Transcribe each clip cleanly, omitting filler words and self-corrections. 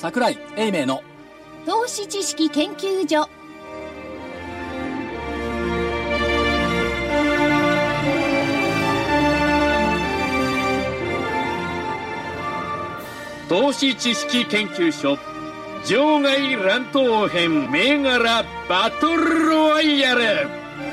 櫻井英明の投資知識研究所。 投資知識研究所場外乱闘編銘柄バトルロワイヤル。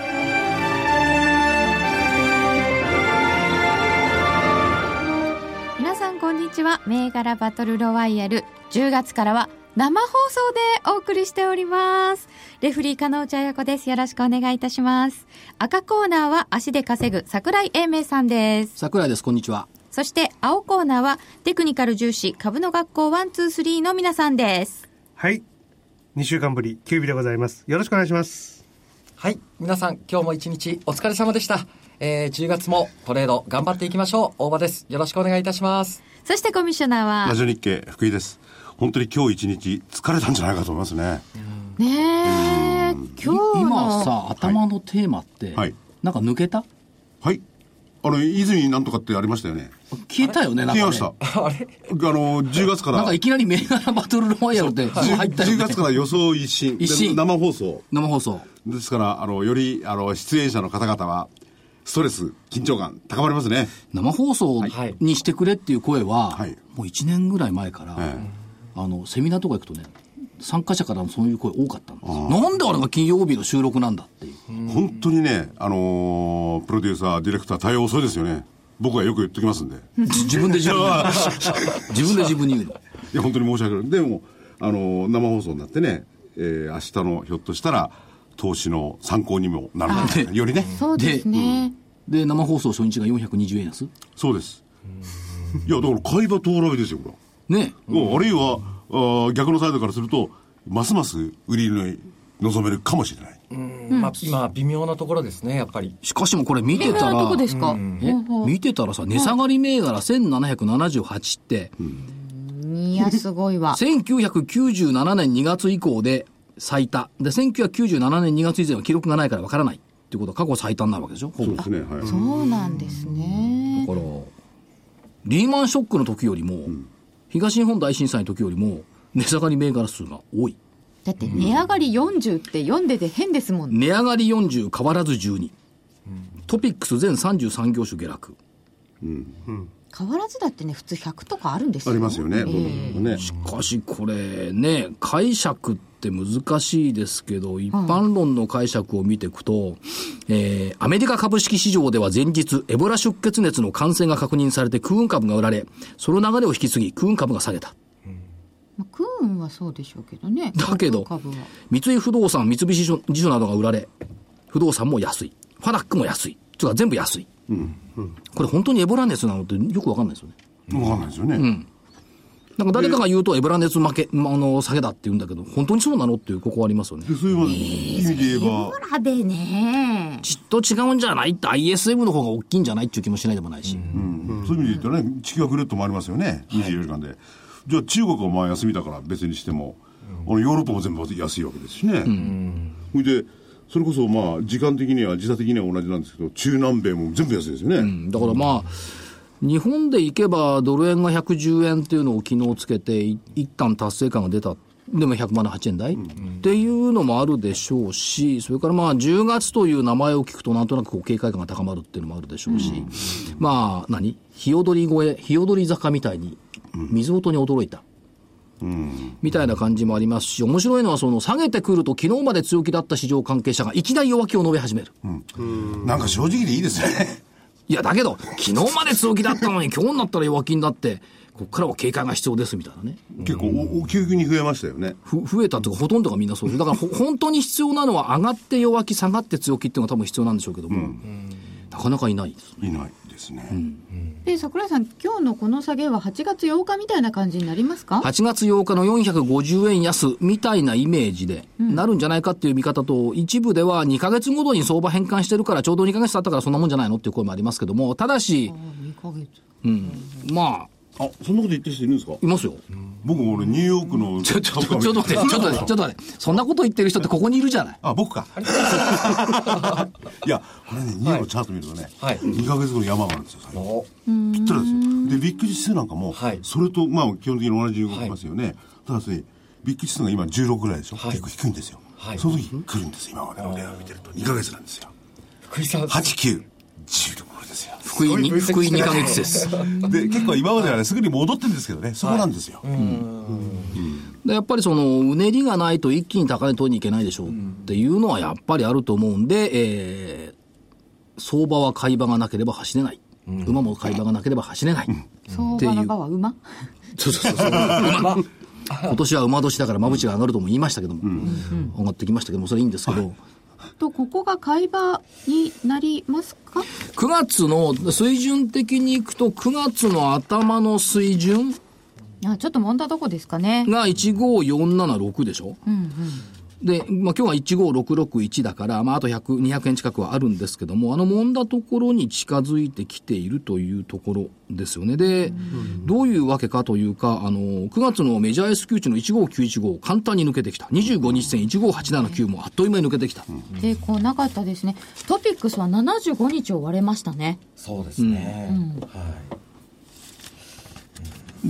皆さんこんにちは。銘柄バトルロワイヤル、10月からは生放送でお送りしております。レフリー加納茶彩子です。よろしくお願いいたします。赤コーナーは足で稼ぐ櫻井英明さんです。 櫻井です。こんにちは。 そして青コーナーはテクニカル重視株の学校123の皆さんです。 はい、2週間ぶりキュービでございます。よろしくお願いします。 はい、皆さん今日も一日お疲れ様でした。10月もトレード頑張っていきましょう。大場です。よろしくお願いいたします。 そしてコミッショナーはラジオ日経福井です。本当に今日一日疲れたんじゃないかと思いますね。 ねえ、今日の今さ、頭のテーマって、 はい、 なんか抜けた？ はい、泉なんとかってありましたよね。 消えたよね。なんかね、 消えました。あれ10月からなんかいきなり銘柄バトルロワイヤルって入ったよね。 10月から予想一新生放送ですから、より出演者の方々はストレス緊張感高まりますね。 生放送にしてくれっていう声は、 はい、 もう1年ぐらい前から、セミナーとか行くとね、参加者からもそういう声多かったんですよ。なんであれが金曜日の収録なんだっていう。 本当にね、プロデューサーディレクター対応遅いですよね。僕はよく言っときますんで。 自分で自分に言うの。 いや本当に申し訳ない。でも生放送になってね、明日のひょっとしたら投資の参考にもなるので、よりね。 そうですね。 で生放送初日が420円安。 そうです。いやだから買い場通らびですよこれ。ね。あるいは逆のサイドからするとますます売りに望めるかもしれない。 今微妙なところですね、やっぱり。 しかしもこれ見てたら、 どこですか？ 見てたらさ、値下がり銘柄1778って、 いやすごいわ。 1997年2月以降で最多で、1997年2月以前は記録がないからわからないっていうことは過去最多になるわけでしょ。 そうですね、はい、 そうなんですね。 だからリーマンショックの時よりも、東日本大震災の時よりも値下がり銘柄数が多い。 だって値上がり40って読んでて変ですもんね。 値上がり40変わらず12、トピックス全33業種下落、 変わらずだってね、普通100とかあるんですよ。 ありますよね。 しかしこれね、解釈って難しいですけど、一般論の解釈を見ていくと、アメリカ株式市場では前日エボラ出血熱の感染が確認されて空運株が売られ、その流れを引き継ぎ空運株が下げた。 空運はそうでしょうけどね。 だけど三井不動産、三菱地所などが売られ、不動産も安い、ファナックも安い、つうか全部安い、これ本当にエボラ熱なのってよくわかんないですよね。 わかんないですよね。 なんか誰かが言うとエボラ熱下げだって言うんだけど、本当にそうなのっていうここはありますよね。 でそういう意味で言えば、 エボラでね、 ちっと違うんじゃないって ISM の方が大きいんじゃないっていう気もしないでもないし、 そういう意味で言ったらね、地球がぐるっと回りますよね、24時間で。じゃあ中国はまあ休みだから別にしても、ヨーロッパも全部安いわけですしね。でそれこそまあ時間的には時差的には同じなんですけど、中南米も全部安いですよね。 だからまあ日本でいけばドル円が110円っていうのを昨日つけて一旦達成感が出た。でも108円台、っていうのもあるでしょうし、それからまあ10月という名前を聞くとなんとなくこう警戒感が高まるっていうのもあるでしょうし、まあ日踊り坂みたいに水音に驚いた、みたいな感じもありますし、面白いのはその下げてくると昨日まで強気だった市場関係者がいきなり弱気を述べ始める。 なんか正直でいいですよね。 いやだけど昨日まで強気だったのに今日になったら弱気になって、ここからは警戒が必要ですみたいなね。 結構急激に増えましたよね。 増えたというかほとんどがみんなそうです。だから本当に必要なのは上がって弱気下がって強気っていうのが多分必要なんでしょうけども、なかなかいないです。 いないですね。 で櫻井さん、今日のこの下げは8月8日みたいな感じになりますか ？8月8日の450円安みたいなイメージでなるんじゃないかっていう見方と、一部では2ヶ月ごとに相場変換してるからちょうど2ヶ月経ったからそんなもんじゃないのっていう声もありますけども、ただし 2ヶ月、 まあそんなこと言ってる人いるんですか？ いますよ。 僕も俺ニューヨークのちょっと待ってそんなこと言ってる人ってここにいるじゃない。 あ、僕か。いやこれね、ニューヨークのチャート見るとね、2ヶ月後の山があるんですよ。ぴったりですよ。でビッグ指数なんかも、それとまあ基本的に同じ動きますよね。 だからビッグ指数が今16ぐらいでしょ、 はい、 結構低いんですよ、はい、その時来るんです今までの例を見てると2ヶ月なんですよ。 福井さん 8、9、10ところですよ。 福井2ヶ月ですで結構今まではねすぐに戻ってるんですけどね、そこなんですよ、 でやっぱりそのうねりがないと一気に高値取りにいけないでしょうっていうのはやっぱりあると思うんで、相場は買い場がなければ走れない、馬も買い場がなければ走れない、 相場の場は馬そう馬今年は馬年だから馬淵が上がるとも言いましたけども、上がってきましたけども、それいいんですけど、 とここが買い場になりますか。 9月の水準的にいくと9月の頭の水準ちょっと揉んだとこですかねが15476でしょ、で、今日は15661だから、あと200円近くはあるんですけども、揉んだところに近づいてきているというところですよね。で、どういうわけかというか、9月のメジャー S q 値の15915簡単に抜けてきた。25日線15879もあっという間に抜けてきた。 で、こうなかったですね。トピックスは75日を割れましたね。 そうですね。はい。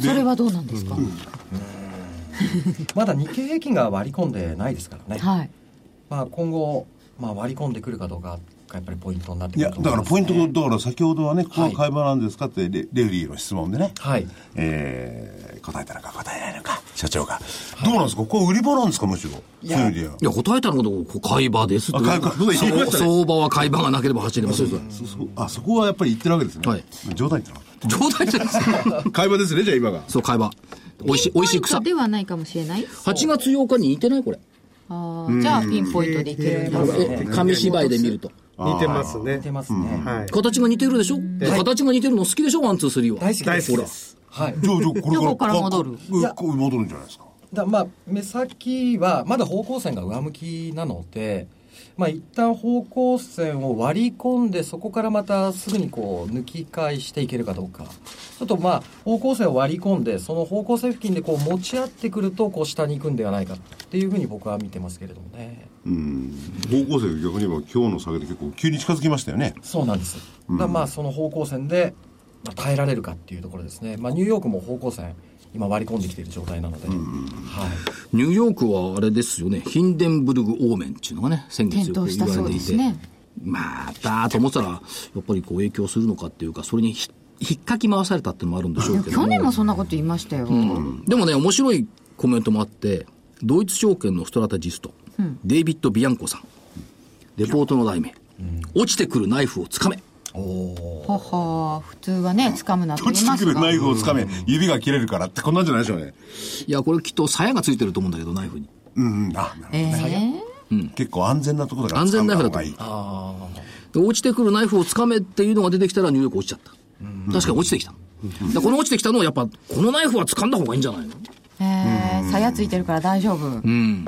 それはどうなんですか。 まだ日経平均が割り込んでないですからね、 はい、 今後、割り込んでくるかどうかがやっぱりポイントになってくると思います、ね、 だからポイントだから先ほどはねここは買い場なんですかってレフリーの質問でね、答えたのか答えないのか社長が、どうなんですか、ここ売り場なんですか、むしろいや答えたのこと買い場ですって相場は買い場がなければ走れません。 そこはやっぱり言ってるわけですね、冗談言ってなかった。 冗談言ってない買い場ですね、じゃあ今が。 そう、買い場。おいしい草ではないかもしれない。 8月8日に似てないこれ。 じゃあピンポイントでいけるんですね。 紙芝居で見ると似てますね。 似てますね、 形が似てるでしょ、形が似てるの好きでしょ、ワンツースリーは。 大好きです。 はい。 じゃあこれから戻る。 戻るんじゃないですか。 目先はまだ方向線が上向きなので、一旦方向線を割り込んで、そこからまたすぐに抜き返していけるかどうか。ちょっと方向線を割り込んで、その方向線付近で持ち合ってくると下に行くんではないかっていうふうに僕は見てますけれどもね。 方向線逆に言えば今日の下げで結構急に近づきましたよね。 そうなんです。その方向線で耐えられるかっていうところですね。ニューヨークも方向線今割り込んできている状態なので、 ニューヨークはあれですよね、ヒンデンブルグオーメンっていうのがね先月よく言われていて、またと思ったらやっぱり影響するのかっていうか、それに引っかき回されたっていうのもあるんでしょうけど、 去年もそんなこと言いましたよ、 でもね面白いコメントもあって、ドイツ証券のストラテジスト、デイビッド・ビアンコさん、レポートの題名、落ちてくるナイフをつかめ。 普通はね掴むなと言いますが、 落ちてくるナイフをつかめ、指が切れるからってこんなんじゃないでしょうね。 いやこれきっと鞘がついてると思うんだけど、ナイフに。 なるほど、結構安全なところだから安全ナイフだといい。落ちてくるナイフをつかめっていうのが出てきたらニューヨーク落ちちゃった。確かに落ちてきた。この落ちてきたのはやっぱこのナイフは掴んだ方がいいんじゃないの。 鞘ついてるから大丈夫。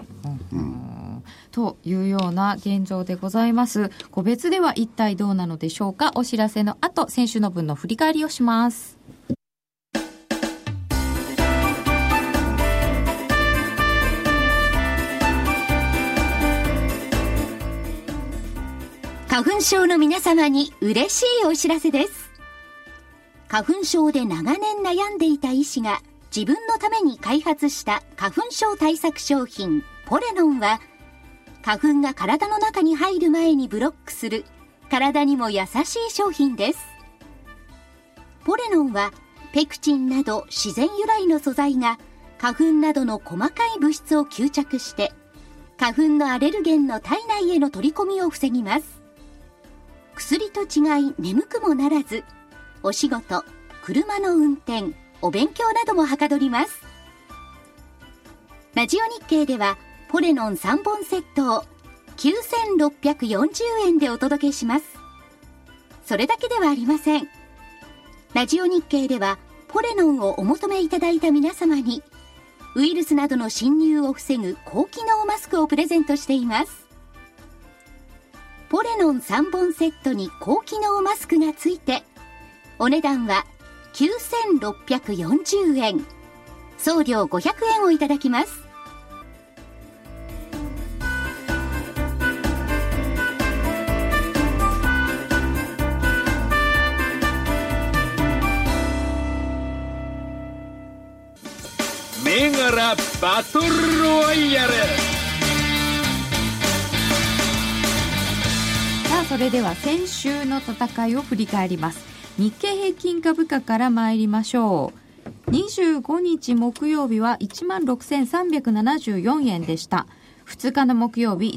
というような現状でございます。個別では一体どうなのでしょうか。お知らせの後、先週の分の振り返りをします。 花粉症の皆様に嬉しいお知らせです。花粉症で長年悩んでいた医師が自分のために開発した花粉症対策商品ポレノンは、花粉が体の中に入る前にブロックする体にも優しい商品です。ポレノンはペクチンなど自然由来の素材が花粉などの細かい物質を吸着して花粉のアレルゲンの体内への取り込みを防ぎます。薬と違い眠くもならず、お仕事、車の運転、お勉強などもはかどります。ラジオ日経ではポレノン3本セットを9640円でお届けします。それだけではありません。ラジオ日経ではポレノンをお求めいただいた皆様にウイルスなどの侵入を防ぐ高機能マスクをプレゼントしています。ポレノン3本セットに高機能マスクがついてお値段は9640円、送料500円をいただきます。 銘柄柄バトルロワイヤル。 さあそれでは先週の戦いを振り返ります。日経平均株価から参りましょう。25日木曜日は 16,374 円でした。2日の木曜日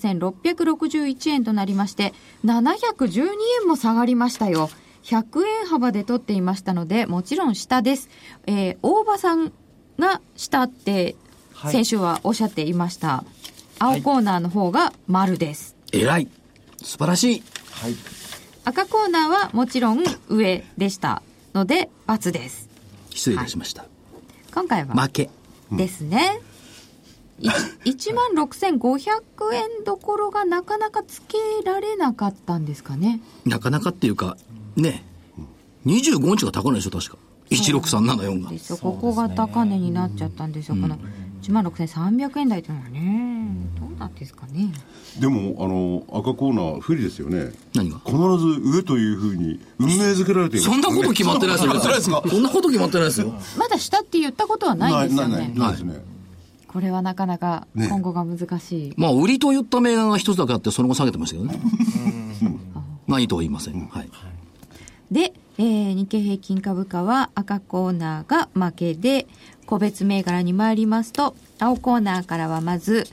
15,661 円となりまして、712円も下がりましたよ。100円幅で取っていましたので、もちろん下です。大場さんが下って先週はおっしゃっていました。青コーナーの方が丸です。 偉い。素晴らしい。 はい。 赤コーナーはもちろん上でしたので×です。 失礼いたしました。 今回は負けですね。16,500 円どころがなかなかつけられなかったんですかね。 なかなかっていうかね、25日が高値でしょ確か。16374が。 ここが高値になっちゃったんですよ。この 16,300 円台というのはね、どうなんですかね。 でも赤コーナー不利ですよね。 何が必ず上というふうに運命づけられています、ね、 そんなこと決まってないですよ。そんなこと決まってないですよ。 まだ下って言ったことはないですよね。 ないですね。 これはなかなか今後が難しい、 まあ売りと言った銘柄が一つだけあって、その後下げてましたけどね。何とは言いません。はい。 で、日経平均株価は赤コーナーが負けで、個別銘柄に参りますと、青コーナーからはまず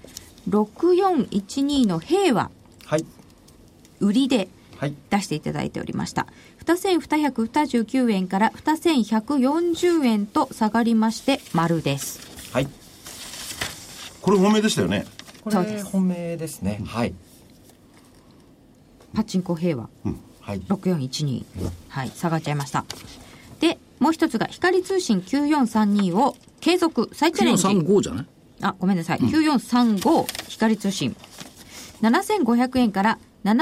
6412の平和、 はい、 売りで出していただいておりました。2229円から2140円と下がりまして丸です。 はい。 これ本命でしたよね。 これ本命ですね。はい。 パチンコ平和、はい、6412、はい、下がっちゃいました。でもう一つが光通信9432を継続再チャレンジ。 9435じゃない？ あ、ごめんなさい、9435光通信7500円から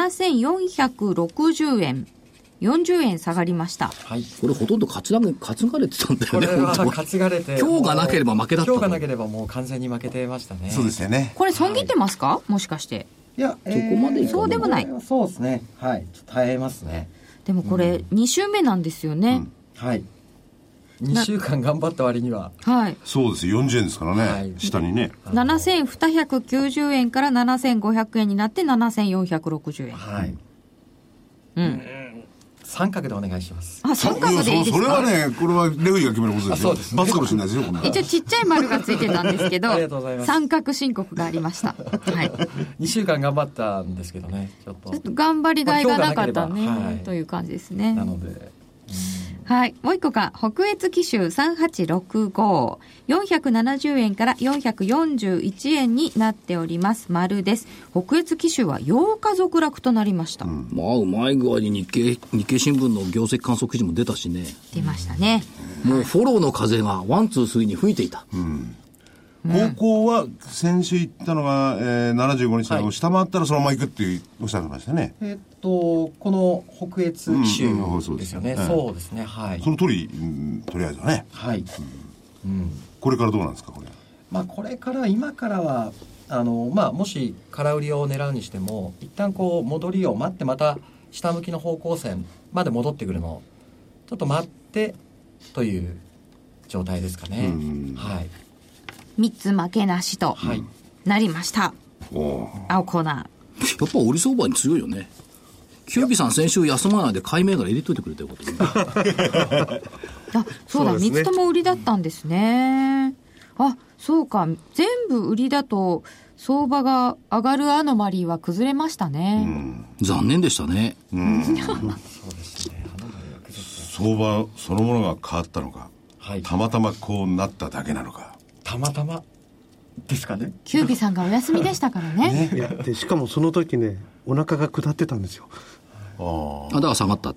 7460円40円下がりました。 はい、 これほとんど担がれてたんだよね。 これは担がれて、 今日がなければ負けだった。 今日がなければもう完全に負けてましたね。 そうですよね。 これ損切ってますか、もしかして。 いや、 そこまでそうでもない。 そうですね。はい。ちょっと耐えますね。 でもこれ2週目なんですよね。 はい。2週間頑張った割には。 はい。 そうですよ。40円ですからね。はい、下にね。 7290円から7500円になって7460円。 はい。三角でお願いします。 あ、三角でいいですか。 それはね、これはレフェリーが決めることですよ。そうです。罰かもしれないですよ。 一応ちっちゃい丸がついてたんですけど、 ありがとうございます。 三角申告がありました。はい。 2週間頑張ったんですけどね、ちょっと頑張りがいがなかったね、はい、という感じですね。 なので。 はい。もう一個が、北越紀州3865。470円から441円になっております。丸です。北越紀州は8日続落となりました。 まあ、うまい具合に日経新聞の業績観測記事も出たしね。 出ましたね。 もうフォローの風がワン、ツー、スリーに吹いていた。 方向は先週言ったのが、75日線を下回ったらそのまま行くっておっしゃってましたね。 この北越紀州ですよね。そうですね。はい。 その通り、とりあえずはね。 はい。 これからどうなんですか、これ。 まあ、これから今からはまあ、もし空売りを狙うにしても一旦こう戻りを待って、また下向きの方向線まで戻ってくるのをちょっと待ってという状態ですかね。はい。 3つ負けなしとなりました。青コーナー。やっぱ売り相場に強いよね。キュービさん先週休まないで買い銘柄入れといてくれたことね。 あ、そうだ、3つとも売りだったんですね。あ、そうか、全部売りだと相場が上がるアノマリーは崩れましたね。 残念でしたね。 そうですね。 相場そのものが変わったのか、たまたまこうなっただけなのか。 たまたまですかね。 キュービさんがお休みでしたからね。 いやでしかもその時ね、お腹が下ってたんですよ。 だから下がったって、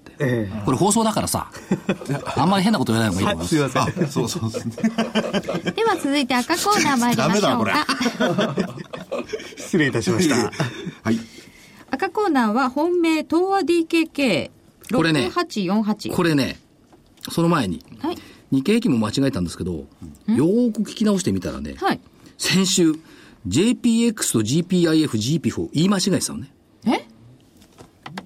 これ放送だからさあんまり変なこと言わない方がいいと思います。 すいません。 そうですね。 では続いて赤コーナー参りましょうか。 失礼いたしました。 はい。 赤コーナーは本命東和 DKK 6848。 これね、その前に、日経平均も間違えたんですけど、よーく聞き直してみたらね、先週 JPX と GPIF、GPF を言い間違えてた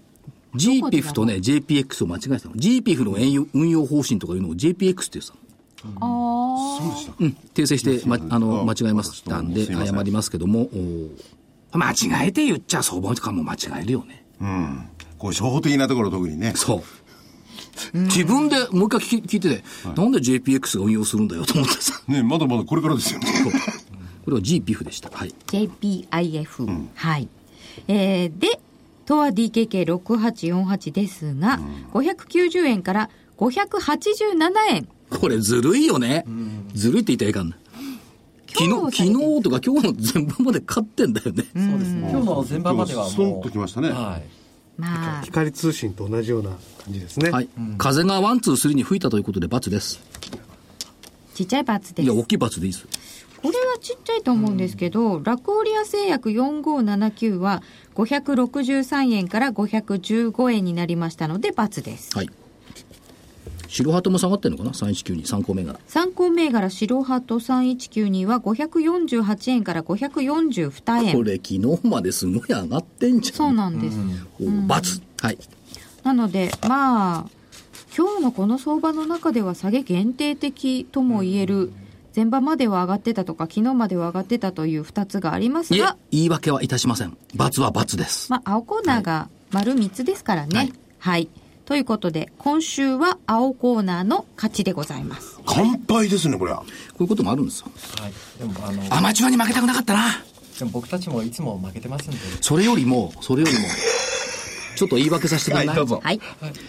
のね。GPIF とね JPX を間違えてたの。GPIF の運用方針とかいうのを JPX って言ってたの。 そうでしたか。 訂正して、間違えましたんで、 すいません謝りますけども、間違えて言っちゃ相場とかも間違えるよね。 こう、初歩的なところ特にね。 そう。自分でもう一回聞いてて、なんで JPX が運用するんだよと思ってさ。 ね、まだまだこれからですよね。 これは GPIF でした。はい。 JPIF。はい。で、東和 DKK6848 ですが、590円から587円。 これずるいよね。ずるいって言ったらいかんな。昨日とか今日の前場まで勝ってんだよね。 そうですね。今日の前場まではもう。 ストンときましたね。 はい。 まあ、 光通信と同じような感じですね。 はい。風が1、2、3に吹いたということで×です。 ちっちゃい×です。 いや、大きい×でいいです。 これはちっちゃいと思うんですけど、ラクオリア製薬4579は563円から515円になりましたので×です。 はい。白鳩も下がってるのかな ?3192、参考銘柄。 参考銘柄白鳩3192は548円から542円。 これ昨日まですごい上がってんじゃん。 そうなんです。 ×。はい。 なので、まあ、今日のこの相場の中では下げ限定的とも言える、前場までは上がってたとか、昨日までは上がってたという2つがありますが、 言い訳はいたしません。×は×です。 まあ、青コーナーが丸3つですからね。 はい。 はい。ということで、今週は青コーナーの勝ちでございます。 乾杯ですね、これは。 こういうこともあるんですよ。 はい。でもアマチュアに負けたくなかったな。 でも僕たちもいつも負けてますんで。 それよりも、ちょっと言い訳させてください。 はい、どうぞ。 はい。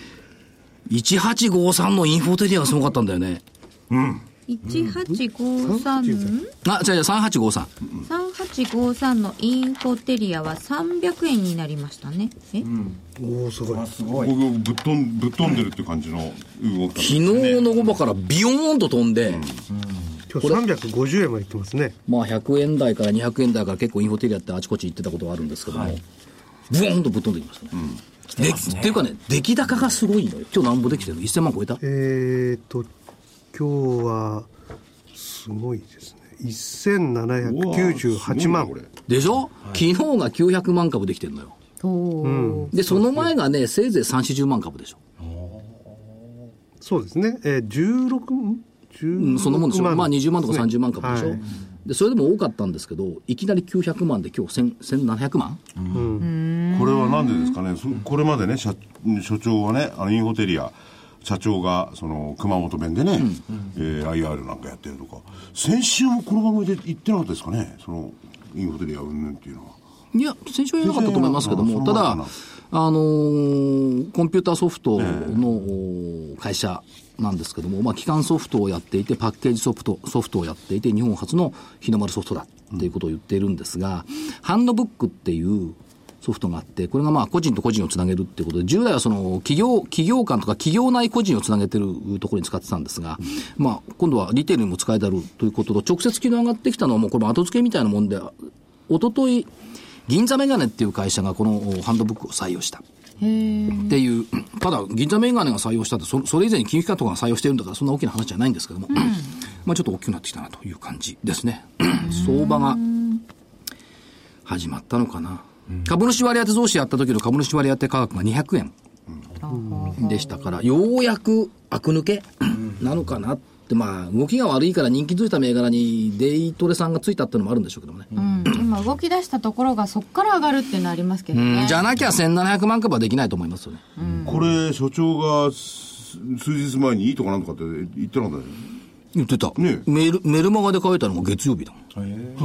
1853のインフォテリアがすごかったんだよね。 1853、 違う、3853。 3853のインフォテリアは300円になりましたね。 おお、すごい。 すごい。 僕ぶっ飛んでるっていう感じの動き。 昨日の5場からビヨーンと飛んで、 今日350円までいってますね。 まあ100円台から200円台から結構インフォテリアってあちこち行ってたことがあるんですけども、ブワーンとぶっ飛んできましたね。っていうかね、出来高がすごいのよ。今日なんぼできてるの ?1000 万超えた？ 今日はすごいですね。1798万。 でしょ、昨日が900万株できてるのよ。で、その前がね、せいぜい3、40万株でしょ。 そうですね。16 そのもんですよ。まあ20万とかですね 30万株でしょ。で、それでも多かったんですけど、いきなり900万で今日1700万、 これはなんでですかね。これまでね、所長はね、インフォテリア社長がその熊本弁でね、IR なんかやってるとか、先週もこの番組で言ってなかったですかね、そのインフォテリア云々っていうのは。 いや、先週は言わなかったと思いますけども、ただ、コンピューターソフトの会社なんですけども、まあ、基幹ソフトをやっていて、パッケージソフトをやっていて、日本初の日の丸ソフトだっていうことを言っているんですが、ハンドブックっていうソフトがあって、これがまあ個人と個人をつなげるっていうことで、従来はその企業間とか企業内個人をつなげてるところに使ってたんですが、まあ今度はリテールにも使えてあるということと、直接機能上がってきたのはもうこれも後付けみたいなもんで、おととい銀座メガネっていう会社がこのハンドブックを採用した。っていう、ただ銀座メガネが採用したって、それ以前に金融機関とかが採用してるんだからそんな大きな話じゃないんですけども、まあちょっと大きくなってきたなという感じですね。相場が始まったのかな。株主割当増資やった時の株主割当価格が200円でしたから、ようやく悪抜けなのかなって、まあ動きが悪いから人気づいた銘柄にデイトレさんがついたっていうのもあるんでしょうけどもね。 今動き出したところがそこから上がるっていうのありますけどね。 じゃなきゃ1700万株はできないと思いますよね。 これ所長が数日前にいいとかなんとかって言ってなかったね。 言ってた、 ね、 メルマガで書いたのが月曜日だもん。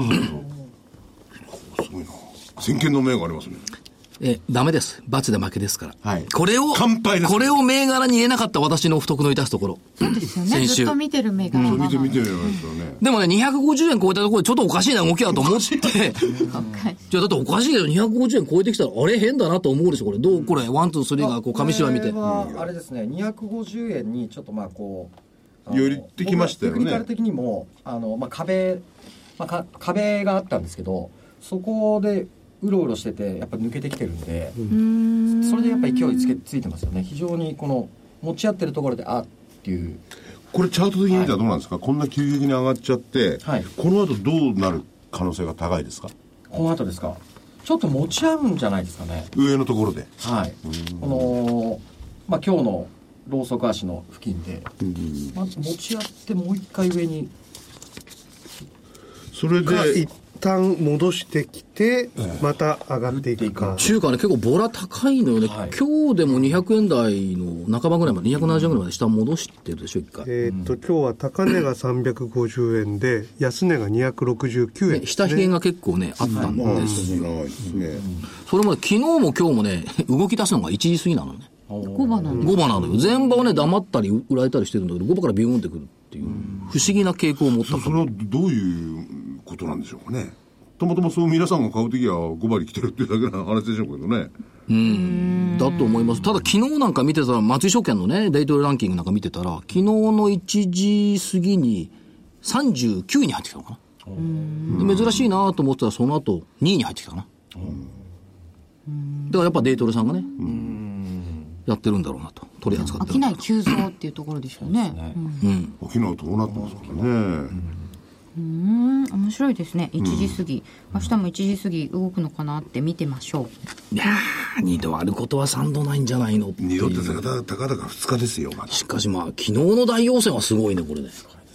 すごいな。先見の明がありますね。 ダメです。罰で負けですから。 はい。 これを、 乾杯です。 これを銘柄に入れなかった私の不徳の致すところ。 そうですよね。ずっと見てる銘柄。 見てるですよね。 でもね、250円超えたところでちょっとおかしいな動きだと思って。じゃあだっておかしいけど250円超えてきたら、あれ変だなと思うでしょ、これ。どうこれ、1、2、3がこう、紙しわ見て。 あれですね、250円にちょっとまあこう、 寄ってきましたよね。 テクニカル的にも、壁があったんですけど、そこで、うろうろしててやっぱ抜けてきてるんで、それでやっぱ勢いついてますよね。非常にこの持ち合ってるところでっていう。 これチャート的に見たらどうなんですか、こんな急激に上がっちゃって、この後どうなる可能性が高いですか。 この後ですか。ちょっと持ち合うんじゃないですかね、 上のところで。 はい。この今日のローソク足の付近で、まず持ち合ってもう一回上にそれで一旦戻してきて、また上がっていくか。 中華ね、結構ボラ高いのよね、 はい、 今日でも200円台の半ばぐらいまで、270円ぐらいまで下戻してるでしょ、一回。 今日は高値が350円で、安値が269円、 ね、下髭が結構ね、あったんです。それもね、昨日も今日もね、動き出すのが1時過ぎなのね。 5番なの 5番なのよ。前場はね、黙ったり売られたりしてるんだけど、5番からビューンってくるっていう、不思議な傾向を持った。 それはどういうことなんでしょうかね。たまたまそう皆さんが買うときは5割来てるっていうだけの話でしょうけどね。 だと思います。ただ昨日なんか見てたら、松井証券のね、デイトレランキングなんか見てたら、昨日の1時過ぎに39位に入ってきたのかな。で珍しいなと思ってたら、その後2位に入ってきたかな。だからやっぱデイトレさんがね、やってるんだろうなと、取り扱ってる。 商い急増っていうところでしょうね。 昨日どうなってますからね。 面白いですね。1時過ぎ、明日も1時過ぎ動くのかなって見てましょう。 いやー、2度あることは3度ないんじゃないのっていう。 2度ってたかだか2日ですよ、まだ。 しかしまあ昨日の大陽線はすごいね、これね。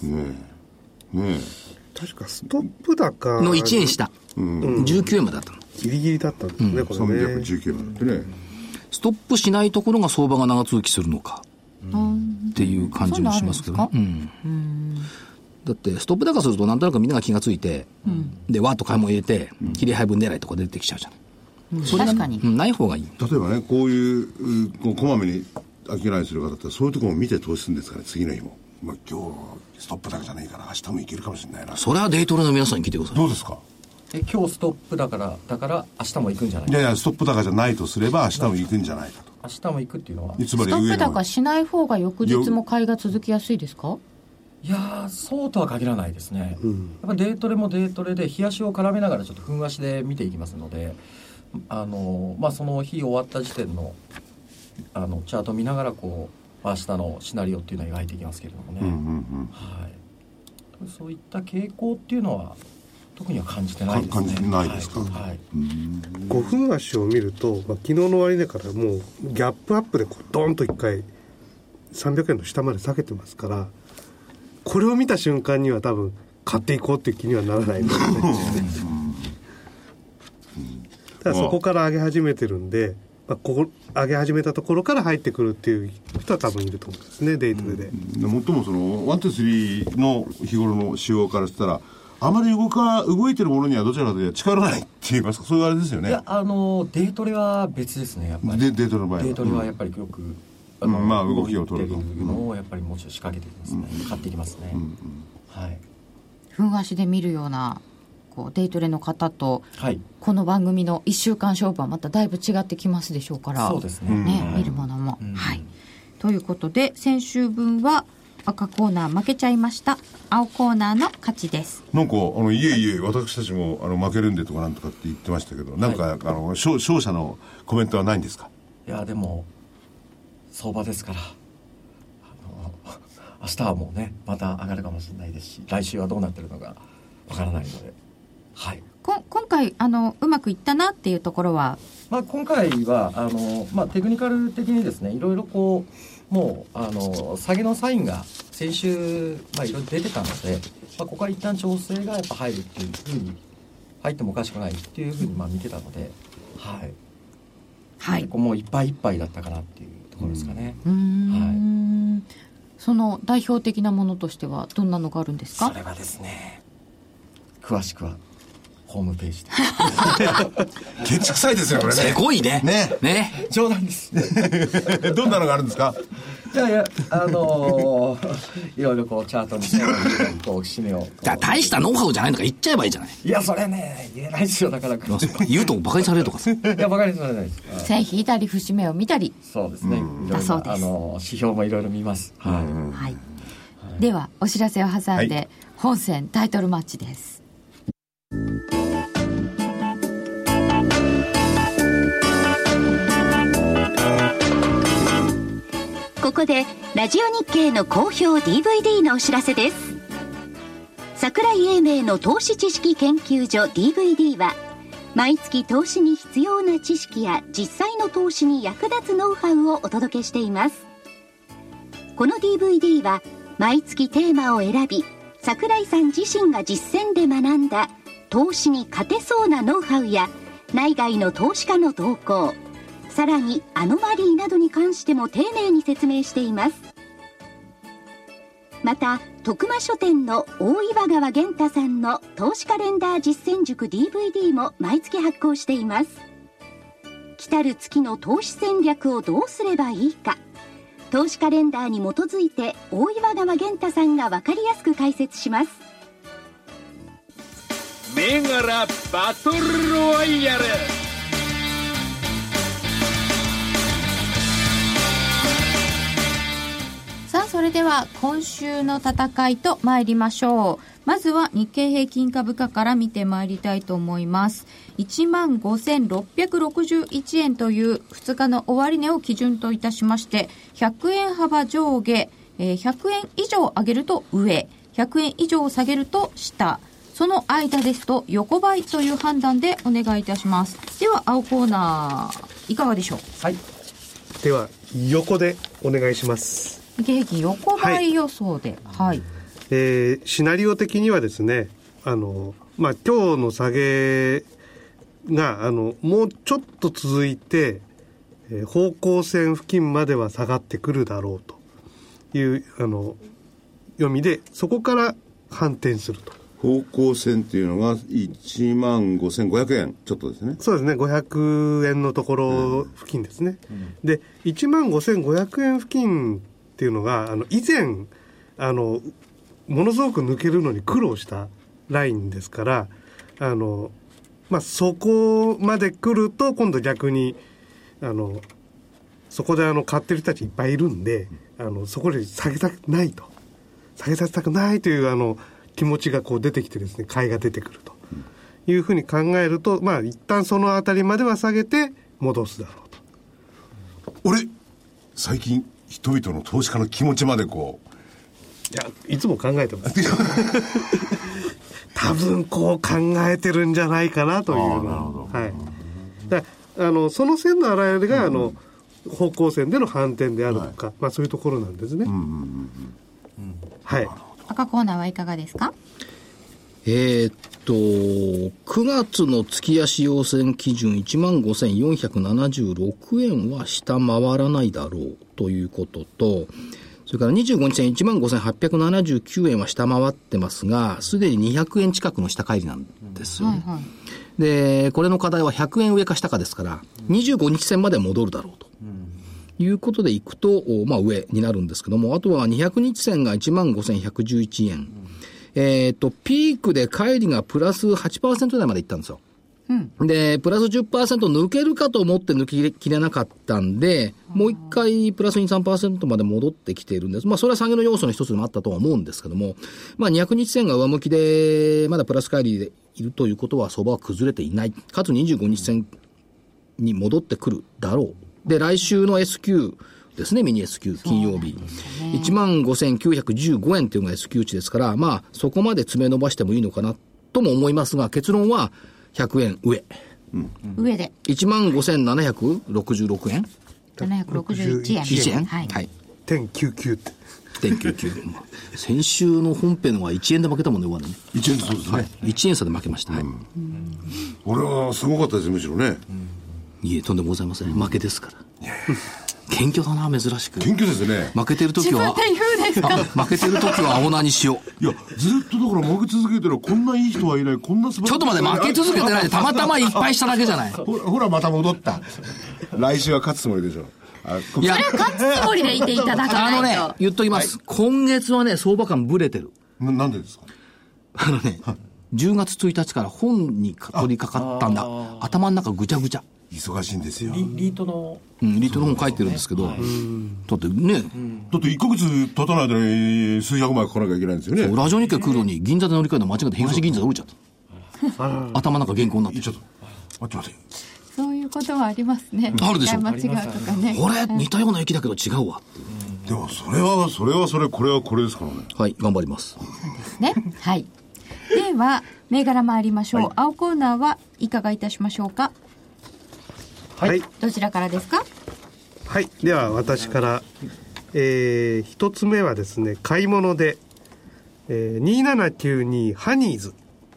確かストップ高の1円下、19円までだったの。 ギリギリだったんですね、これね。 319円までね。 ストップしないところが相場が長続きするのかっていう感じもしますけどね。だってストップ高するとなんとなくみんなが気がついて、でわーっと買い物入れて、切り配分狙いとか出てきちゃうじゃない。それが、 確かに、 ない方がいい。 例えばね、こういうこまめに商いする方ってそういうところも見て投資するんですかね、次の日も。今日ストップ高じゃないから明日もいけるかもしれないな。 それはデイトレの皆さんに聞いてください。 どうですか。 今日ストップだから明日も行くんじゃないか。 いやいや、ストップ高じゃないとすれば明日も行くんじゃないかと。 明日も行くっていうのは、 つまりストップ高しない方が翌日も買いが続きやすいですか。 いやそうとは限らないですね、やっぱデイトレもデイトレで日足を絡めながらちょっと分足で見ていきますので、その日終わった時点のチャートを見ながらこう明日のシナリオっていうのを描いていきますけれどもね、そういった傾向っていうのは特には感じてないですね。 感じてないですか。 5分足を見ると、昨日の終値からもうギャップアップでドーンと1回300円の下まで下げてますから、これを見た瞬間には多分買っていこうっていう気にはならないんですね。ただそこから上げ始めてるんで、ここ上げ始めたところから入ってくるっていう人は多分いると思うんですね、デイトレで。 もっともその1、2、3の日頃の仕様からしたら、あまり動いてるものにはどちらかというと近寄らないって言いますか、そういうあれですよね。いやデイトレは別ですね、やっぱり。 デイトレの場合は。 デイトレはやっぱりよく、 動きを取るというのをやっぱりもうちょっと仕掛けていきますね、買っていきますね。 分足で見るようなデイトレの方と、この番組の1週間勝負はまただいぶ違ってきますでしょうから、 そうですね、 見るものも、ということで先週分は赤コーナー負けちゃいました。青コーナーの勝ちです。 なんかいえ私たちも負けるんでとかなんとかって言ってましたけど、なんか勝者のコメントはないんですか。 いやでも相場ですから、明日はもうねまた上がるかもしれないですし、来週はどうなってるのかわからないので、 今回うまくいったなっていうところは、 今回はテクニカル的にですね、いろいろもう下げのサインが先週、いろいろ出てたので、ここは一旦調整がやっぱ入るっていうふうに、入ってもおかしくないっていうふうに見てたので、ここもういっぱいいっぱいだったかなっていうところですかね。 その代表的なものとしてはどんなのがあるんですか。 それはですね、詳しくはホームページでケチくさいですよこれね。 すごいね。 冗談ですどんなのがあるんですか。 いやいろいろチャートにして締めを大したノウハウじゃないのか言っちゃえばいいじゃない。 いやそれね言えないですよ。だから言うとバカにされるとかさ。 いやバカにされないです。 線引いたり節目を見たり。 そうですね、いろいろ指標もいろいろ見ます。 ではお知らせを挟んで、本戦タイトルマッチです。 ここでラジオ日経の好評 DVD のお知らせです。桜井英明の投資知識研究所 DVD は毎月投資に必要な知識や実際の投資に役立つノウハウをお届けしています。 この DVD は毎月テーマを選び、櫻井さん自身が実践で学んだ投資に勝てそうなノウハウや内外の投資家の動向、さらにアノマリーなどに関しても丁寧に説明しています。また徳間書店の大岩川源太さんの投資カレンダー実践塾 DVD も毎月発行しています。来たる月の投資戦略をどうすればいいか、投資カレンダーに基づいて大岩川源太さんが分かりやすく解説します。 銘柄バトルロワイヤル。 さあ、それでは今週の戦いと参りましょう。まずは日経平均株価から見てまいりたいと思います。15,661 円という2日の終値を基準といたしまして、100円幅上下、100円以上上げると上、100円以上下げると下、その間ですと横ばいという判断でお願いいたします。では青コーナーいかがでしょう。 はい、では横でお願いします。 日経平均横ばい予想で、はい、 シナリオ的にはですね、今日の下げがもうちょっと続いて、方向線付近までは下がってくるだろうという読みで、そこから反転すると。 方向線っていうのが15,500円ちょっとですね。 そうですね、500円のところ付近ですね、で15,500円付近っていうのが以前ものすごく抜けるのに苦労したラインですから、そこまで来ると今度逆にそこで買ってる人たちいっぱいいるんで、そこで下げたくないと、下げさせたくないという気持ちがこう出てきてですね、買いが出てくるというふうに考えると、一旦そのあたりまでは下げて戻すだろうと。 俺最近人々の投資家の気持ちまでいつも考えてます多分こう考えてるんじゃないかなというのは、はい、だその線の表れが方向線での反転であるとか、そういうところなんですね。はい。 赤コーナーはいかがですか。 9月の月足要線基準 15,476 円は下回らないだろうということと、それから25日線 15,879 円は下回ってますが、すでに200円近くの下帰りなんですよね。で、これの課題は100円上か下かですから、25日線まで戻るだろうと。いうことでいくと、上になるんですけども、あとは200日線が 15,111 円。ピークで乖離がプラス 8% 台までいったんですよ。で、プラス 10% 抜けるかと思って抜ききれなかったんで、もう一回プラス 2、3% まで戻ってきているんです。それは下げの要素の一つでもあったとは思うんですけども、200日線が上向きで、まだプラス乖離でいるということは相場は崩れていない。かつ25日線に戻ってくるだろう。で、来週の S q ですね、ミニ S q 金曜日。15,915 円というのが S q 値ですから、そこまで詰め伸ばしてもいいのかなとも思いますが、結論は100円上。 上で。 15,766 円 ?761 円。 1円はい。 点99って。 点99。先週の本編のは1円で負けたもんね、終わりね。 1円でそうですね。はい。 1円差で負けました。はい。 俺はすごかったです、むしろね。 いえ、とんでもございません。負けですから。謙虚だな、珍しく。 謙虚ですね。 負けてるときは、負けてるときは青菜にしよう。 いや、ずっとだから負け続けてる、こんないい人はいない、こんな素晴らしい。 ちょっと待って、負け続けてないで、たまたまいっぱいしただけじゃない。 ほら、また戻った。来週は勝つつもりでしょ。 いや、勝つつもりでいていただかないと。 言っときます。今月はね、相場感ブレてる。 なんでですか。 10月1日から本に取り掛かったんだ。頭の中ぐちゃぐちゃ。 忙しいんですよ。 リートの本書いてるんですけど、だってね、 だって1ヶ月経たない間に数百枚書かなきゃいけないんですよね。 ラジオ日経来るのに銀座で乗り換えるの間違って東銀座で降りちゃった。頭の中原稿になって。 ちょっと待って。 そういうことはありますね。 あるでしょ。 間違うとかね。 これ似たような駅だけど違うわ。 でもそれはこれはこれですからね。 はい、頑張ります。 そうですね。はい。では銘柄参りましょう。青コーナーはいかがいたしましょうか。 はい。 どちらからですか。 はい。では私から一つ目はですね、買い物で、2792ハニーズ。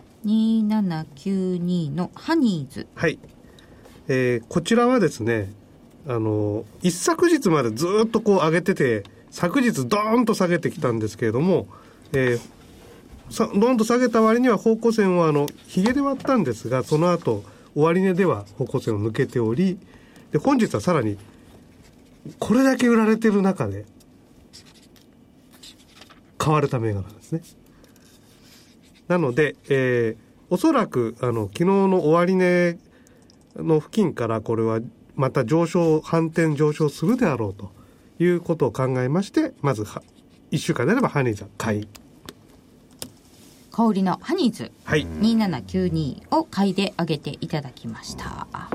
2792のハニーズ。 はい。こちらはですね、一昨日までずっとこう上げてて、昨日ドーンと下げてきたんですけれども、ドーンと下げた割には方向線をヒゲで割ったんですが、その後終値では方向線を抜けており、で本日はさらにこれだけ売られてる中で買われた銘柄ですね。なので、おそらく昨日の終値の付近からこれはまた反転上昇するであろうということを考えまして、まず1週間であればハニーズは買い、 小売りのハニーズ、 はい、 2792を買いで上げていただきました。 はい、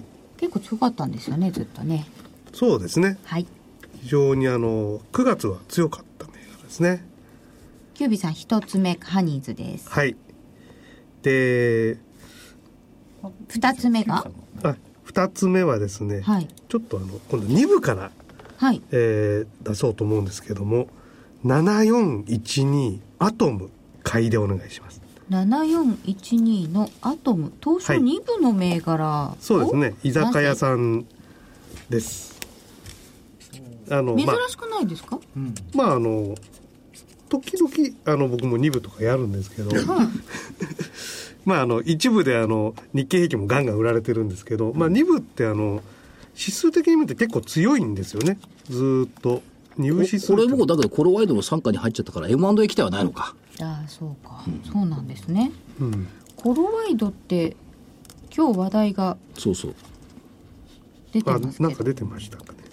結構強かったんですよね、ずっとね。 そうですね、 はい、 非常に9月は強かった銘柄ですね。 キュービーさん一つ目ハニーズです。 はい。で二つ目が 2つ目はですね、 はい、 ちょっと今度2部から、 はい、 出そうと思うんですけども、7412アトム買いでお願いします。 7412のアトム、東証2部の銘柄、 はい、そうですね、居酒屋さんです。 珍しくないですか？ まあ時々僕も2部とかやるんですけどまあ一部で日経平均もガンガン売られてるんですけど、まあ2部って指数的に見て結構強いんですよね、ずっと。2部指数これもだけどコロワイドの傘下に入っちゃったから M&A 期待はないのか。 ああ、そうか、そうなんですね、 うん、 コロワイドって今日話題がそうそう出てますけど、 なんか出てましたかね。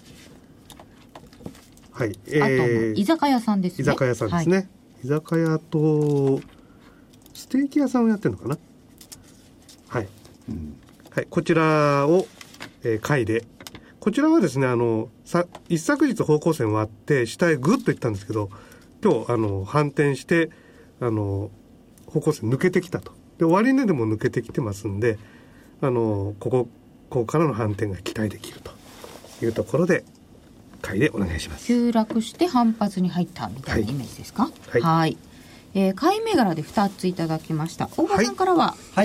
はい、 あと居酒屋さんですね。 居酒屋さんですね、はい、居酒屋とステーキ屋さんをやってるのかな。はい、はい、こちらを、買いで、こちらはですね一昨日方向線割って下へグッといったんですけど、今日反転して方向線抜けてきたと。で終値でも抜けてきてますんで、ここからの反転が期待できるというところで買いでお願いします。 急落して反発に入ったみたいなイメージですか？ はい、 はい、買い銘柄で2ついただきました。大場さんからは、 はい、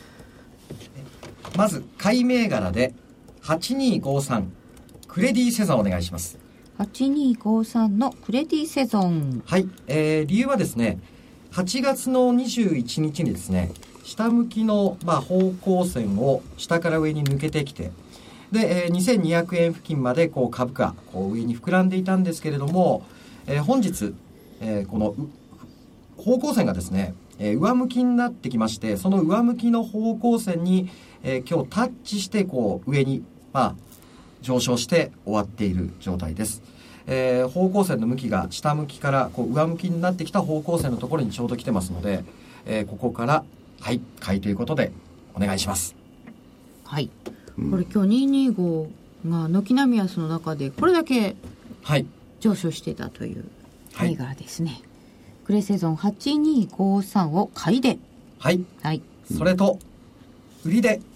まず買い銘柄で8253クレディセゾンお願いします。 8253のクレディセゾン、 はい、理由はですね、8月の21日にですね、下向きの、方向線を下から上に抜けてきて、で、2200円付近まで株価上に膨らんでいたんですけれども、本日、この方向線がですね、上向きになってきまして、その上向きの方向線に、今日タッチして上に、上昇して終わっている状態です。方向線の向きが下向きから上向きになってきた方向線のところにちょうど来てますので、ここから買いということでお願いします。 はい、これ今日225が軒並み安の中でこれだけ上昇してたという銘柄ですね、クレセゾン8253を買いで、 はい、はい、それと売りで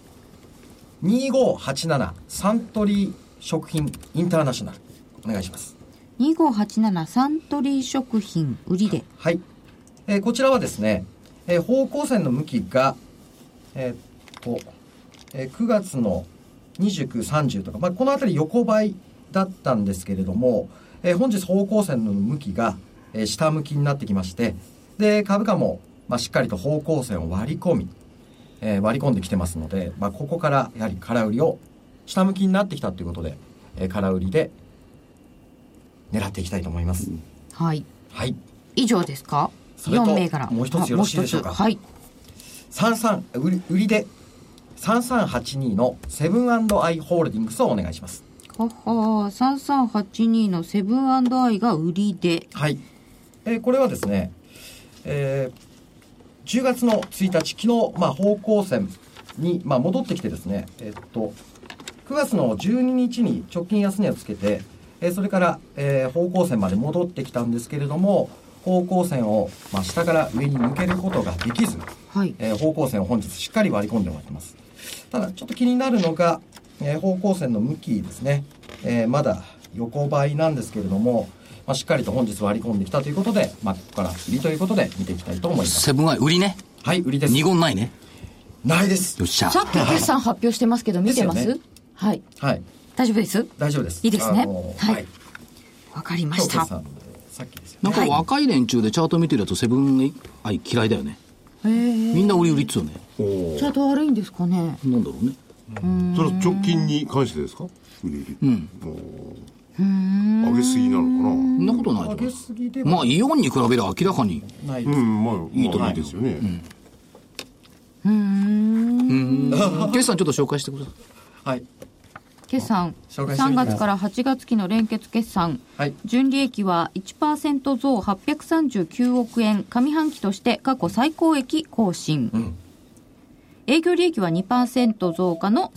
2587サントリー食品インターナショナルお願いします。 2587サントリー食品売りで、 はい、こちらはですね、方向線の向きが9月の29、30とか、このあたり横ばいだったんですけれども、本日方向線の向きが、下向きになってきまして、で株価も、しっかりと方向線を割り込んできてますので、ここからやはり空売りを下向きになってきたということで、空売りで狙っていきたいと思います。 はい、 はい、 以上ですか？ それと 4銘柄もう一つよろしいでしょうか？ はい、 売りで3382のセブン&アイ・ホールディングスをお願いします。 3382のセブン&アイが売りで、 はい、これはですね、10月の1日昨日、方向線に、戻ってきてですね、9月の12日に直近安値をつけて、それから、方向線まで戻ってきたんですけれども、方向線を、下から上に抜けることができず、 はい、 方向線を本日しっかり割り込んでおります。ただちょっと気になるのが、方向線の向きですね、まだ横ばいなんですけれども、しっかりと本日割り込んできたということで、ここから売りということで見ていきたいと思います。 セブンアイ売りね。 はい、売りです。 二言ないね。 ないです。 よっしゃ。 さっき決算発表してますけど見てます？ ですよね。 はい。 はい。 大丈夫です？ 大丈夫です。 いいですね。 はい。 わかりました。 さっきですよね。 なんか若い連中でチャート見てるやつセブンアイ嫌いだよね。みんな売り売りっつうね。 チャート悪いんですかね。 なんだろうね。 それは直近に関してですか？売り売り。上げすぎなのかな。 そんなことないと思う。 上げすぎでもイオンに比べれば明らかにないです。 いいといいですよね。 決算ちょっと紹介してください。 はい。 決算紹介しておき 3 ます月から8月期の連結決算、 はい。 純利益は 1% 増839億円、上半期として過去最高益更新、営業利益は 2% 増加の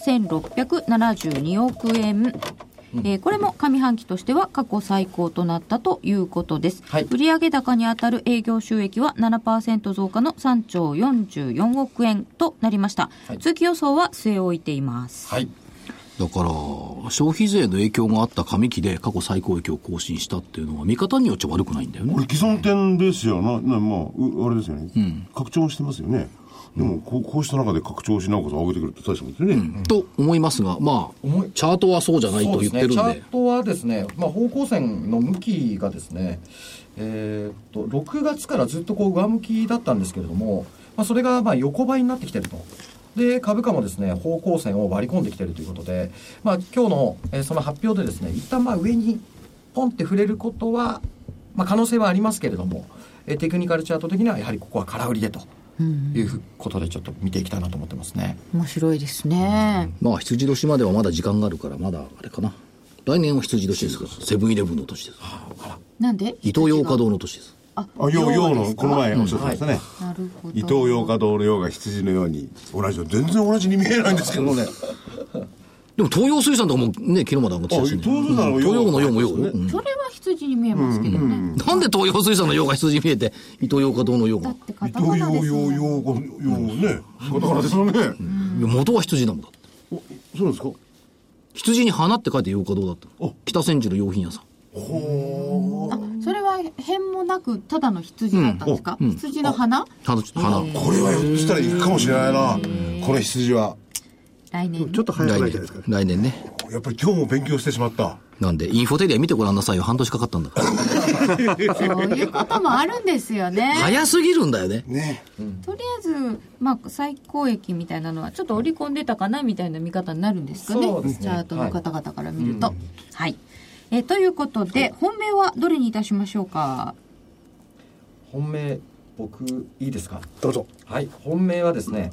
1672億円、これも上半期としては過去最高となったということです、 はい、 売上高にあたる営業収益は 7% 増加の3兆44億円となりました、はい、通期予想は据え置いています。 はい。 だから消費税の影響があった上期で過去最高益を更新したっていうのは見方によっちゃ悪くないんだよね。 これ既存店ですよな、あれですよね、拡張してますよね。でもこうした中で拡張しなおかつ上げてくるって大したことですよね、 と思いますが、チャートはそうじゃないと言ってるんで、 チャートはですね、方向線の向きがですね、6月からずっと上向きだったんですけれども、それが横ばいになってきてると。で株価もですね方向線を割り込んできているということで、今日の、その発表でですね一旦上にポンって触れることは、可能性はありますけれども、テクニカルチャート的にはやはりここは空売りでということでちょっと見ていきたいなと思ってますね。 面白いですね。 羊年まではまだ時間があるからまだあれかな。来年は羊年ですからセブンイレブンの年です。 なんでイトーヨーカドーの年です。 陽のこの前おっしゃってましたね、 なるほど。 伊東洋華堂の陽が羊のように全然同じに見えないんですけどね。 でも東洋水産とかもね昨日まで上がってたしね。東洋の陽も陽よ、 それは羊に見えますけどね、 なんで東洋水産の陽が羊に見えて伊東洋華堂の陽がだってカタカナですもん。 ねカタカナですよね、 元は羊なんだって。 そうですか。 羊に花って書いて洋華堂だった。北千住の用品屋さん。 それは変もなくただの羊だったんですか、羊の花。 これはひょっとしたらいくかもしれないな、この羊は。 来年ちょっと早くないじゃないですか。 来年ね。 やっぱり今日も勉強してしまった。 なんでインフォテリア見てごらんなさいよ。半年かかったんだからそういうこともあるんですよね。 早すぎるんだよね。 とりあえず、最高益みたいなのはちょっと織り込んでたかなみたいな見方になるんですかね。 そうですね。 チャートの方々から見ると、はいということで、本命はどれにいたしましょうか。 本命僕いいですか。 どうぞ。 はい、本命はですね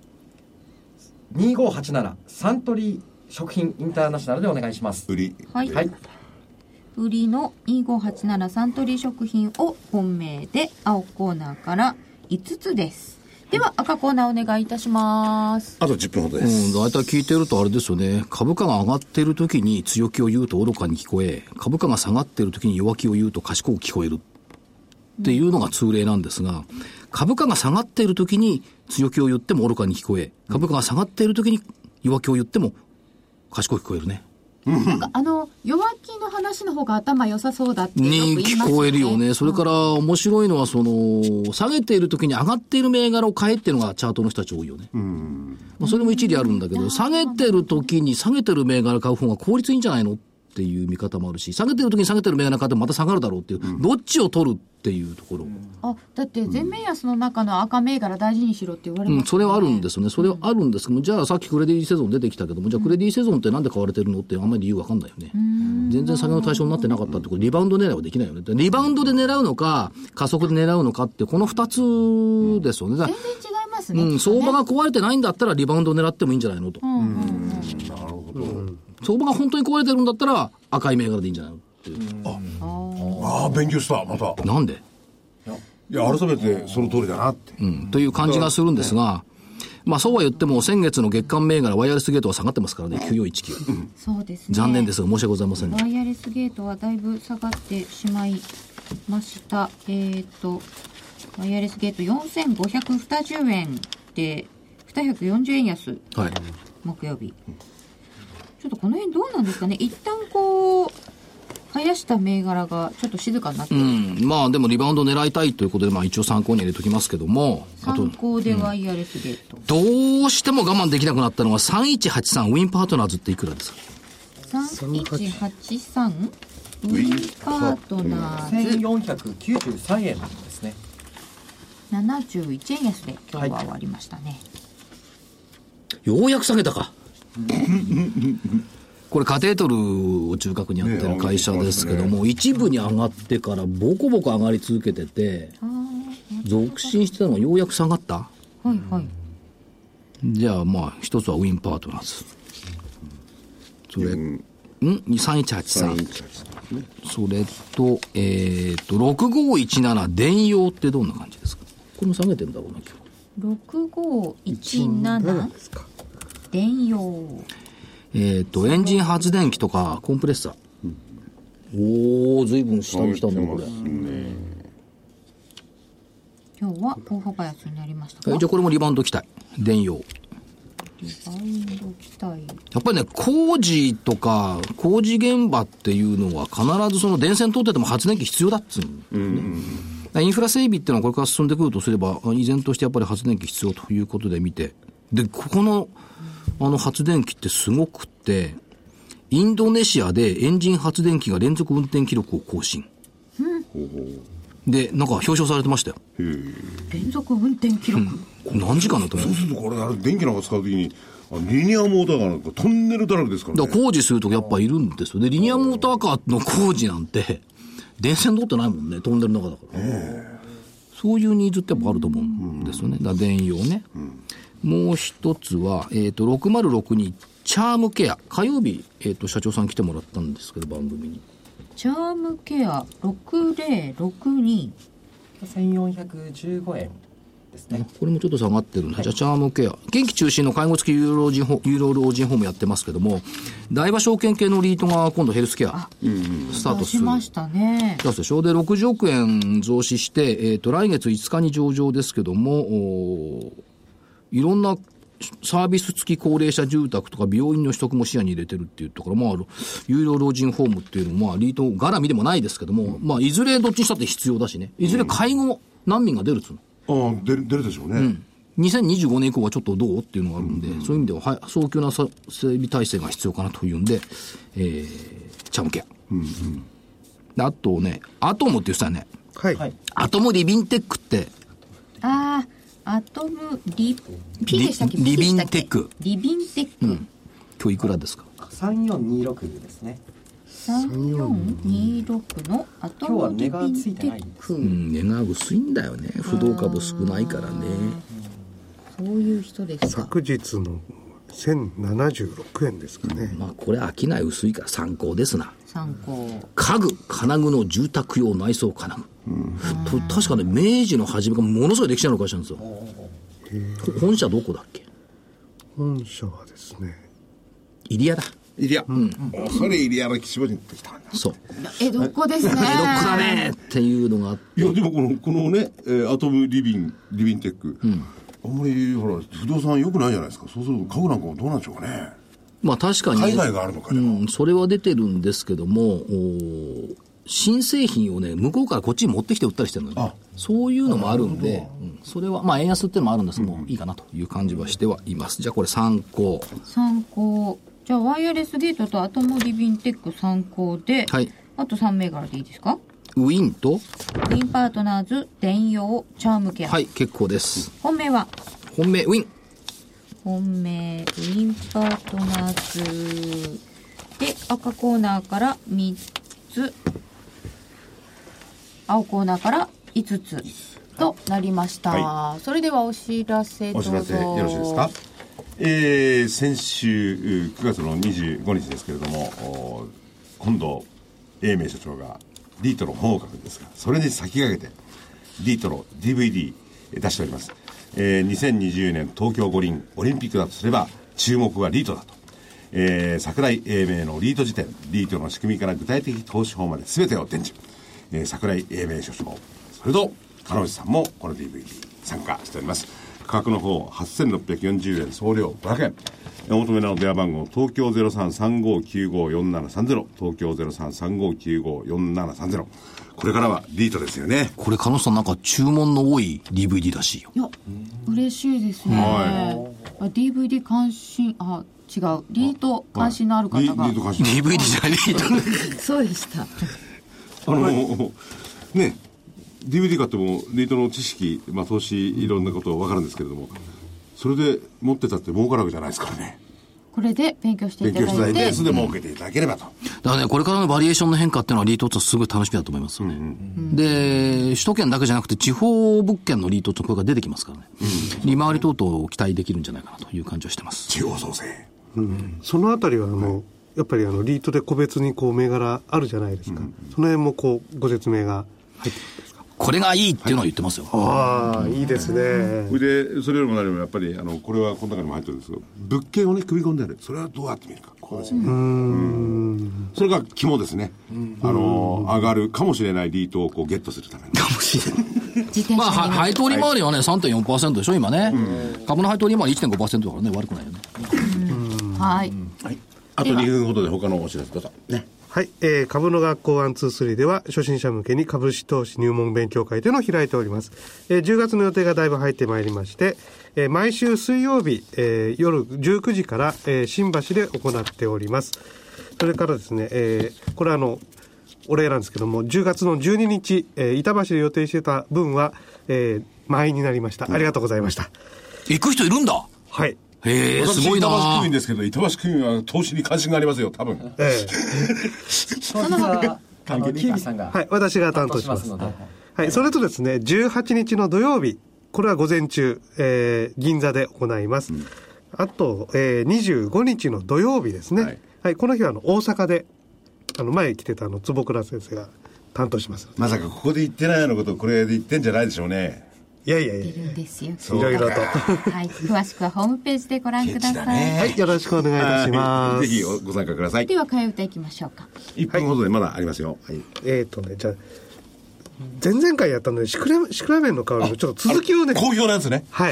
2587サントリー食品インターナショナルでお願いします。 売り。 はい、売りの2587サントリー食品を本命で、青コーナーから5つです。では赤コーナーお願いいたします。 あと10分ほどです。 大体聞いてるとあれですよね。株価が上がってる時に強気を言うと愚かに聞こえ、株価が下がってる時に弱気を言うと賢く聞こえるっていうのが通例なんですが、株価が下がっている時に強気を言っても愚かに聞こえ、株価が下がっている時に弱気を言っても賢く聞こえるね。 なんか弱気の話の方が頭良さそうだってよく言いますよね。 に聞こえるよね。それから面白いのは下げている時に上がっている銘柄を買えっていうのがチャートの人たち多いよね。それも一理あるんだけど、下げてる時に下げてる銘柄買う方が効率いいんじゃないのっていう見方もあるし、下げてる時に下げてる銘柄買ってもまた下がるだろうっていう、どっちを取るっていうところ。 だって全面安の中の赤銘柄大事にしろって言われますね。 それはあるんですよね。それはあるんですけども、じゃあさっきクレディセゾン出てきたけども、じゃあクレディセゾンってなんで買われてるのってあんまり理由わかんないよね。全然下げの対象になってなかったってこと、リバウンド狙いはできないよね。リバウンドで狙うのか加速で狙うのかってこの2つですよね。 全然違いますね。 相場が壊れてないんだったらリバウンドを狙ってもいいんじゃないのと。なるほど。相場が本当に壊れてるんだったら赤い銘柄でいいんじゃないのっていう。 勉強したまた。 なんで？ いや改めてその通りだなって、 という感じがするんですが、そうは言っても先月の月間銘柄ワイヤレスゲートは下がってますからね。9419、 そうですね。 残念ですが申し訳ございません。 ワイヤレスゲートはだいぶ下がってしまいました。ワイヤレスゲート4520円で240円安、木曜日。ちょっとこの辺どうなんですかね。一旦林した銘柄がちょっと静かになってる、 まあでもリバウンド狙いたいということで、まあ一応参考に入れときますけども、 参考でワイヤレスゲート、 どうしても我慢できなくなったのは3183ウィンパートナーズっていくらですか？ 3183 ウィンパートナーズ 1493円ですね。 71円安で今日は終わりましたね、 ようやく下げたかこれカテートルを中核にやってる会社ですけども、一部に上がってからボコボコ上がり続けてて、続伸してたのがようやく下がった。 はいはい。 じゃあまあ一つはウィンパートナーズ、それ3183、それと6517電陽ってどんな感じですか？これも下げてるんだろうな今日。6517電陽、 エンジン発電機とかコンプレッサー、おお、ずいぶん下に来たねこれ。 今日は大幅安になりましたか？ じゃあこれもリバウンド期待、電陽。 リバウンド期待。 やっぱりね、工事とか工事現場っていうのは必ずその電線通ってても発電機必要だっつうの、インフラ整備っていうのはこれから進んでくるとすれば、依然としてやっぱり発電機必要ということで見て、でここの発電機ってすごくって、インドネシアでエンジン発電機が連続運転記録を更新、でなんか表彰されてましたよ。 連続運転記録、 何時間だと思う？ そうするとこれ電気なんか使うときにリニアモーターカーなんかトンネルだらけですからね。 だから工事するとやっぱいるんですよ。でリニアモーターカーの工事なんて電線通ってないもんね、トンネルの中だから、そういうニーズってやっぱあると思うんですよね。だから電用ね、もう一つは、6062チャームケア、火曜日、社長さん来てもらったんですけど番組に。 チャームケア6062 1415円ですね。 これもちょっと下がってるんで、じゃあチャームケア、元気中心の介護付きユーロ老人ホームやってますけども、大和証券系のリートが今度ヘルスケアスタートする。 しましたね。 そうでしょ。で60億円増資して、来月5日に上場ですけども、いろんなサービス付き高齢者住宅とか病院の取得も視野に入れてるっていうところ、まあ、有料老人ホームっていうのも、まあ、リート絡みでもないですけども、まあ、いずれどっちにしたって必要だしね、いずれ介護難民が出るっつうの。 出るでしょうね。 2025年以降はちょっとどうっていうのがあるんで、そういう意味では早急な整備体制が必要かなというんで、チャームケア。であとね、アトムって言ってたよね。 はい。 アトムリビンテックって、 アトムリビンテック。 リビンテック。 今日いくらですか 3426ですね。 3426のアトムリビンテック。今日は値がついてないんですね。 値が薄いんだよね。不動株少ないからね。 そういう人ですか。 昨日の1076円ですかね。 まあこれ商い薄いから参考ですな。 参考。 家具金具の住宅用内装金具。確かね、明治の初めがものすごい歴史ある会社なんですよ。本社どこだっけ？ 本社はですね、 入谷だ。 入谷。それ入谷の岸場に行ってきたんだ。 そう。 江戸っ子ですね。 江戸っ子だねっていうのがあって。 いやでもこのね、アトムリビンテック、あんまりほら不動産良くないじゃないですか。そうすると家具なんかもどうなんでしょうかね。 まあ確かに、 海外があるのかね。 それは出てるんですけども、新製品をね、向こうからこっちに持ってきて売ったりしてるのよ。そういうのもあるんで、それは、まあ、円安っていうのもあるんですけども、いいかなという感じはしてはいます。じゃあ、これ参考。 じゃあ、ワイヤレスゲートとアトムリビンテック参考で、 はい。 あと3銘柄でいいですか？ ウィンと、 ウィンパートナーズ、電用、チャームケア。 はい、結構です。 本命は？ 本命、ウィン。 本命、ウィンパートナーズ。で、赤コーナーから3つ。青コーナーから5つとなりました、はい、それではお知らせどうぞ。 お知らせよろしいですか。先週9月の25日ですけれども、今度英明社長がディートロ本を書くんですが、それに先駆けてディートロ DVD 出しております。2020年東京五輪オリンピックだとすれば注目はリートだと、櫻井英明のリート辞典、リートの仕組みから具体的投資法まで全てを伝授。櫻井英明所長、それと金内さんもこの DVD 参加しております。 価格の方8640円、送料500円。お求めの電話番号、東京 0335954730、東京 0335954730。これからはリートですよね。 これ、鹿野さんなんか注文の多い DVD らしいよ。 いや、嬉しいですね。DVD 関心、違う。リート関心のある方が。 リート関心。 DVD じゃない、リート。 そうでした。 ね、DVD 買ってもリートの知識、投資いろんなこと分かるんですけれども、それで持ってたって儲かるわけじゃないですからね。 これで勉強していただいて、 それで儲けていただければと。 だからね、これからのバリエーションの変化っていうのはリートってすごい楽しみだと思いますよね。で、首都圏だけじゃなくて地方物件のリートってこれが出てきますからね。利回り等々を期待できるんじゃないかなという感じはしてます。 地方創生。 そのあたりはやっぱりリートで個別に銘柄あるじゃないですか。その辺もご説明が入ってるんですか。 これがいいっていうのは言ってますよ。 ああ、いいですね。 それよりも何よりもやっぱりこれはこの中にも入ってるんですけど、物件をね組み込んである。それはどうやって見るか。こうですね。それが肝ですね。上がるかもしれないリートをゲットするための。 かもしれない。配当利回りはね 3.4% でしょ今ね。株の配当利回り 1.5% だからね、悪くないよね。 はい。 あと2分ほどで他のお知らせどうぞね。 はい、株の学校123では初心者向けに株式投資入門勉強会というのを開いております。10月の予定がだいぶ入ってまいりまして、毎週水曜日、夜19時から、新橋で行っております。それからですね、これはお礼なんですけども、10月の12日、板橋で予定してた分は、満員になりました。ありがとうございました。 行く人いるんだ。 はい。 へえ、すごいな。 板橋区民ですけど、板橋区民は投資に関心がありますよ、多分。 その他キービさんが、 はい、私が担当します。はい、それとですね、18日の土曜日、これは午前中、銀座で行います。あと、25日の土曜日ですね。はい、この日は大阪で、前来てた坪倉先生が担当します。 まさかここで言ってないようなことをこれで言ってんじゃないでしょうね。 いやいやいや。 いるんですよ。 いろいろと。 はい、詳しくはホームページでご覧ください。 はい、よろしくお願いいたします。 ぜひご参加ください。 では、替え歌いきましょうか。 1分ほどでまだありますよ。はい、 じゃあ、前々回やったので、シクラメンの香りのちょっと続きをね。 好評なんですね。 はい。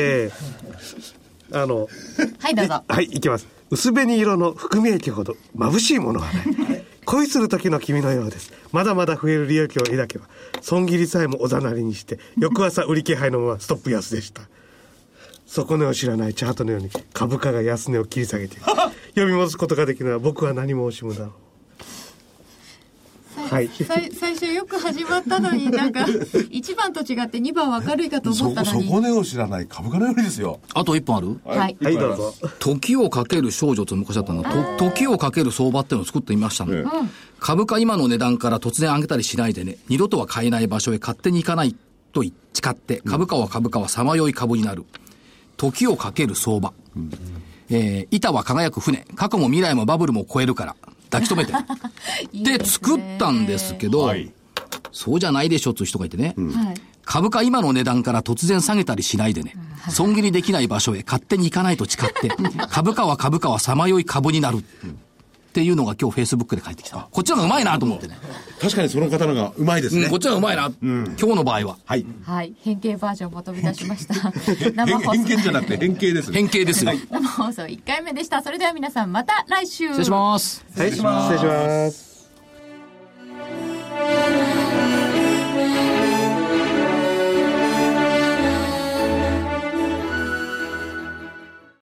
はい、どうぞ。 はい、いきます。薄紅色の含み益ほど眩しいものはない。恋する時の君のようです。まだまだ増える利益を抱けば、損切りさえもおざなりにして、翌朝売り気配のままストップ安でした。底値を知らないチャートのように株価が安値を切り下げている。読み戻すことができるのは僕は何も惜しむだろう。 はい、最初よく始まったのになんか1番と違って2番は明るいかと思ったのに底値を知らない株価のようにですよ。 あと1本ある？ はい、 はい、どうぞ。 時をかける少女と昔だったの時をかける相場っていうのを作ってみましたの、株価今の値段から突然上げたりしないでね、二度とは買えない場所へ勝手に行かないと誓って株価はさまよい株になる時をかける相場、板は輝く船、過去も未来もバブルも超えるから抱き留めてで作ったんですけど、そうじゃないでしょっていう人がいてね、株価今の値段から突然下げたりしないでね、損切りできない場所へ勝手に行かないと誓って株価はさまよい株になるっていうのが今日フェイスブックで書いてきた。こっちの方がうまいなと思ってね。 確かにその方のがうまいですね。 こっちの方がうまいな、今日の場合は。 はい、変形バージョンを求め出しました偏見じゃなくて変形ですね。 変形ですよ。 生放送1回目でした。それでは皆さんまた来週。 失礼します。 はい、失礼します。